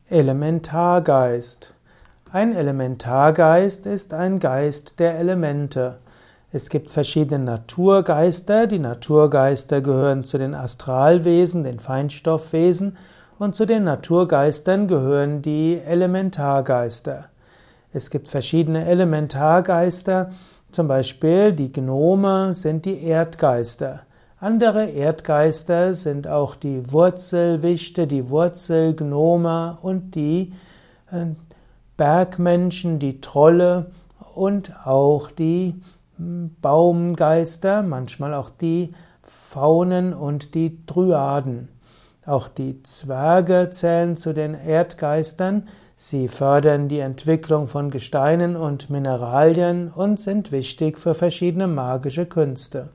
Elementargeist. Ein Elementargeist ist ein Geist der Elemente. Es gibt verschiedene Naturgeister. Die Naturgeister gehören zu den Astralwesen, den Feinstoffwesen, und zu den Naturgeistern gehören die Elementargeister. Es gibt verschiedene Elementargeister, zum Beispiel die Gnome sind die Erdgeister. Andere Erdgeister sind auch die Wurzelwichte, die Wurzelgnome und die Bergmenschen, die Trolle und auch die Baumgeister, manchmal auch die Faunen und die Dryaden. Auch die Zwerge zählen zu den Erdgeistern. Sie fördern die Entwicklung von Gesteinen und Mineralien und sind wichtig für verschiedene magische Künste.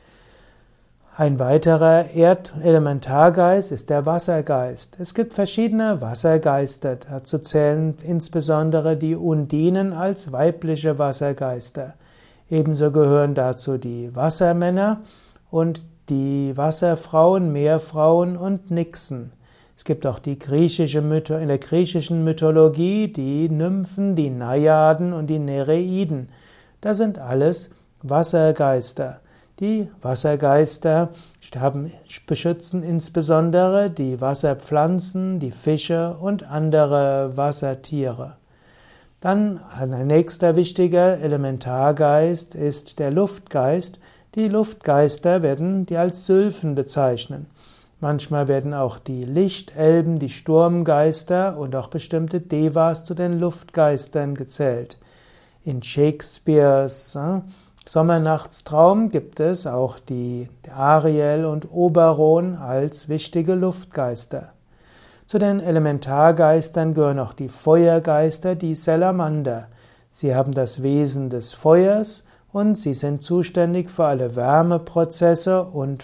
Ein weiterer Elementargeist ist der Wassergeist. Es gibt verschiedene Wassergeister. Dazu zählen insbesondere die Undinen als weibliche Wassergeister. Ebenso gehören dazu die Wassermänner und die Wasserfrauen, Meerfrauen und Nixen. Es gibt auch in der griechischen Mythologie die Nymphen, die Najaden und die Nereiden. Das sind alles Wassergeister. Die Wassergeister beschützen insbesondere die Wasserpflanzen, die Fische und andere Wassertiere. Dann ein nächster wichtiger Elementargeist ist der Luftgeist. Die Luftgeister werden die als Sylphen bezeichnen. Manchmal werden auch die Lichtelben, die Sturmgeister und auch bestimmte Devas zu den Luftgeistern gezählt. In Shakespeares Sommernachtstraum gibt es auch die Ariel und Oberon als wichtige Luftgeister. Zu den Elementargeistern gehören auch die Feuergeister, die Salamander. Sie haben das Wesen des Feuers und sie sind zuständig für alle Wärmeprozesse und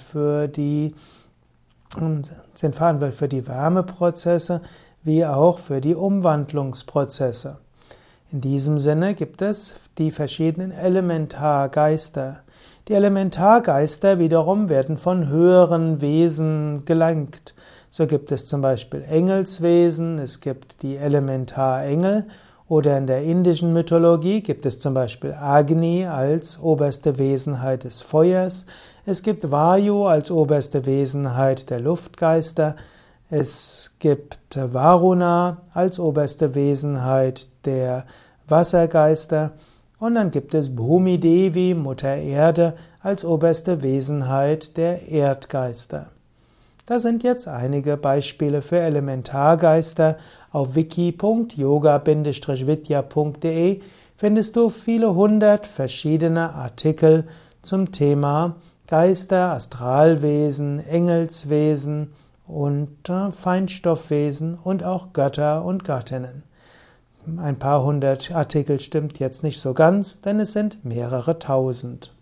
sind verantwortlich für die Wärmeprozesse wie auch für die Umwandlungsprozesse. In diesem Sinne gibt es die verschiedenen Elementargeister. Die Elementargeister wiederum werden von höheren Wesen gelenkt. So gibt es zum Beispiel Engelswesen, es gibt die Elementarengel oder in der indischen Mythologie gibt es zum Beispiel Agni als oberste Wesenheit des Feuers, es gibt Vayu als oberste Wesenheit der Luftgeister, es gibt Varuna als oberste Wesenheit der Wassergeister und dann gibt es Bhumi Devi, Mutter Erde, als oberste Wesenheit der Erdgeister. Das sind jetzt einige Beispiele für Elementargeister. Auf wiki.yoga-vidya.de findest du viele hundert verschiedene Artikel zum Thema Geister, Astralwesen, Engelswesen und Feinstoffwesen und auch Götter und Göttinnen. Ein paar hundert Artikel stimmt jetzt nicht so ganz, denn es sind mehrere tausend.